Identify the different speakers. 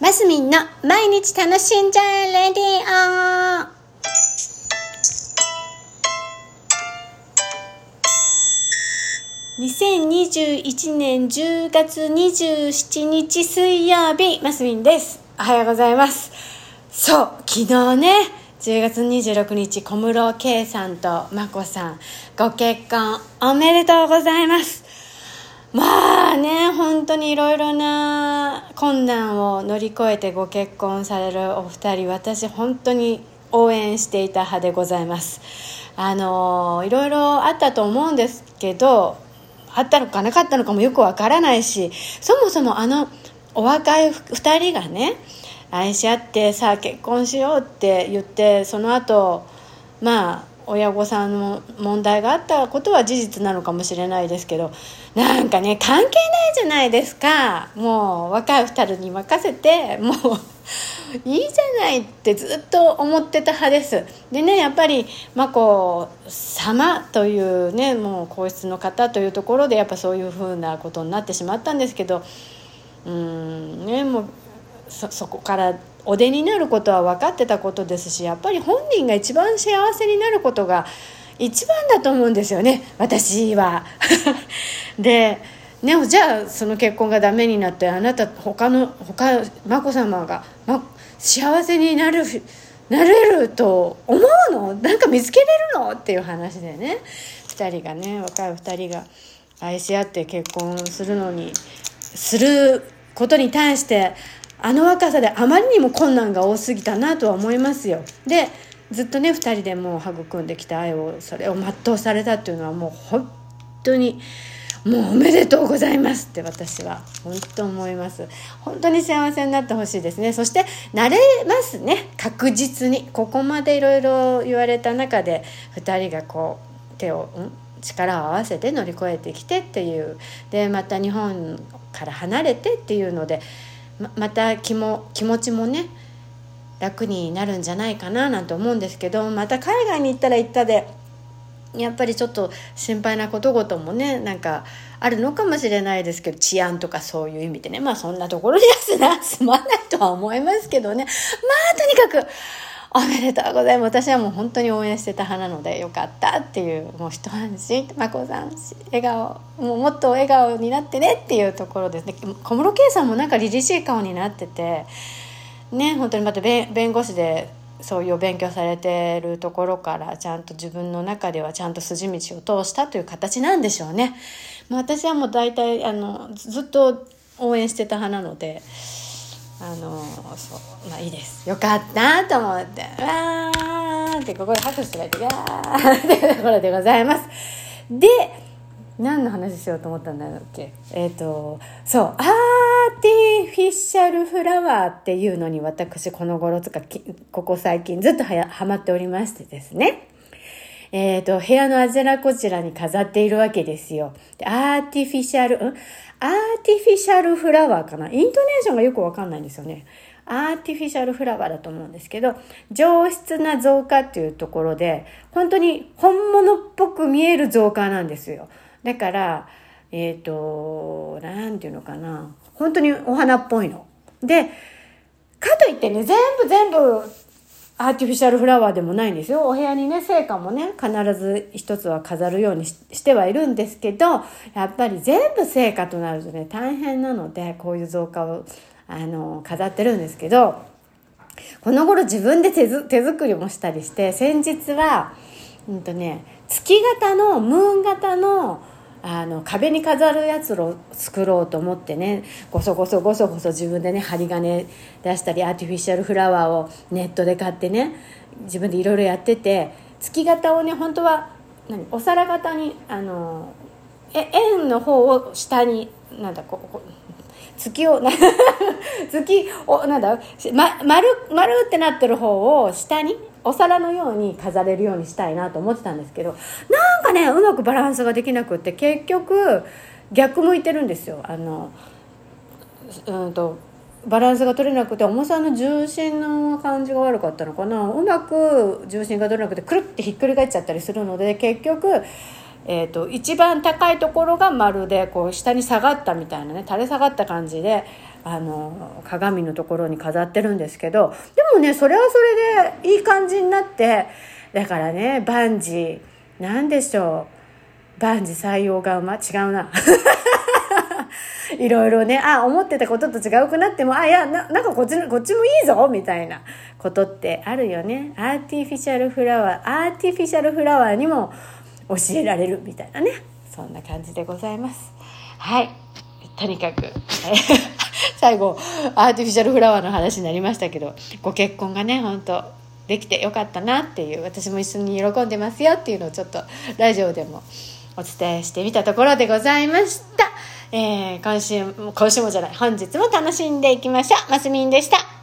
Speaker 1: マスミンの毎日楽しんじゃえレディオ。2021年10月27日水曜日、マスミンです。おはようございます。そう、昨日ね、10月26日、小室圭さんと眞子さんご結婚おめでとうございます。まあね、本当にいろいろな困難を乗り越えてご結婚されるお二人、私本当に応援していた派でございます。いろいろあったと思うんですけど、あったのかなかったのかもよくわからないし、そもそもお若い二人がね、愛し合ってさあ結婚しようって言って、その後まあ親御さんの問題があったことは事実なのかもしれないですけど、なんかね、関係ないじゃないですか。もう若い二人に任せてもういいじゃないってずっと思ってた派です。でね、やっぱり眞子様というね、もう皇室の方というところでやっぱそういう風なことになってしまったんですけど、もうそこからお出になることは分かってたことですし、やっぱり本人が一番幸せになることが一番だと思うんですよね、私はでね、じゃあその結婚がダメになって、あなた眞子さまが、幸せになれると思うの？なんか見つけれるの？っていう話でね、若い2人が愛し合って結婚することに対して、あの若さであまりにも困難が多すぎたなとは思いますよ。で、ずっとね2人でもう育んできた愛を、それを全うされたっていうのは、もう本当にもうおめでとうございますって私は本当思います。本当に幸せになってほしいですね。そしてなれますね、確実に。ここまでいろいろ言われた中で2人がこう力を合わせて乗り越えてきてっていう、でまた日本から離れてっていうので、また気持ちもね楽になるんじゃないかななんて思うんですけど、また海外に行ったら行ったでやっぱりちょっと心配なことごともね、なんかあるのかもしれないですけど、治安とかそういう意味でね、そんなところには住まないとは思いますけどね。とにかくおめでとうございます。私はもう本当に応援してた派なので、よかったっていう、もう一安心、眞子さん笑顔、もっと笑顔になってねっていうところですね。小室圭さんもなんか凛々しい顔になっててね、本当にまた弁護士でそういう勉強されてるところから、ちゃんと自分の中ではちゃんと筋道を通したという形なんでしょうね。私はもう大体ずっと応援してた派なので、いいです、よかったと思って、わーってここで拍手がいて、わーっていうところでございます。で、何の話しようと思ったんだっけ。そう、アーティフィシャルフラワーっていうのに、私この頃とかここ最近ずっとハマっておりましてですね、部屋のあちらこちらに飾っているわけですよ。で、アーティフィシャルフラワーかな、イントネーションがよくわかんないんですよね。アーティフィシャルフラワーだと思うんですけど、上質な造花っていうところで、本当に本物っぽく見える造花なんですよ。だからなんていうのかな、本当にお花っぽいので、かといってね、全部アーティフィシャルフラワーでもないんですよ。お部屋にね、生花もね必ず一つは飾るようにしてはいるんですけど、やっぱり全部生花となるとね大変なので、こういう造花を飾ってるんですけど、この頃自分で手作りもしたりして、先日は月型のムーン型の壁に飾るやつを作ろうと思ってね、ごそごそ自分でね針金出したり、アーティフィシャルフラワーをネットで買ってね、自分でいろいろやってて、月型をね、本当はお皿型に円の方を下に月を丸ってなってる方を下にお皿のように飾れるようにしたいなと思ってたんですけど、なんかねうまくバランスができなくって、結局逆向いてるんですよ。バランスが取れなくて、重さの重心の感じが悪かったのかな、うまく重心が取れなくてくるってひっくり返っちゃったりするので、結局一番高いところがまるでこう下に下がったみたいなね、垂れ下がった感じで鏡のところに飾ってるんですけど、でもねそれはそれでいい感じになって、だからね万事なんでしょう、万事採用が違うないろいろね、思ってたことと違うくなっても、いやなんかこっちもいいぞみたいなことってあるよね。アーティフィシャルフラワーにも教えられるみたいなね、そんな感じでございます。はい、とにかく最後アーティフィシャルフラワーの話になりましたけど、ご結婚がね本当できてよかったなっていう、私も一緒に喜んでますよっていうのをちょっとラジオでもお伝えしてみたところでございました。今週もじゃない、本日も楽しんでいきましょう。ますみんでした。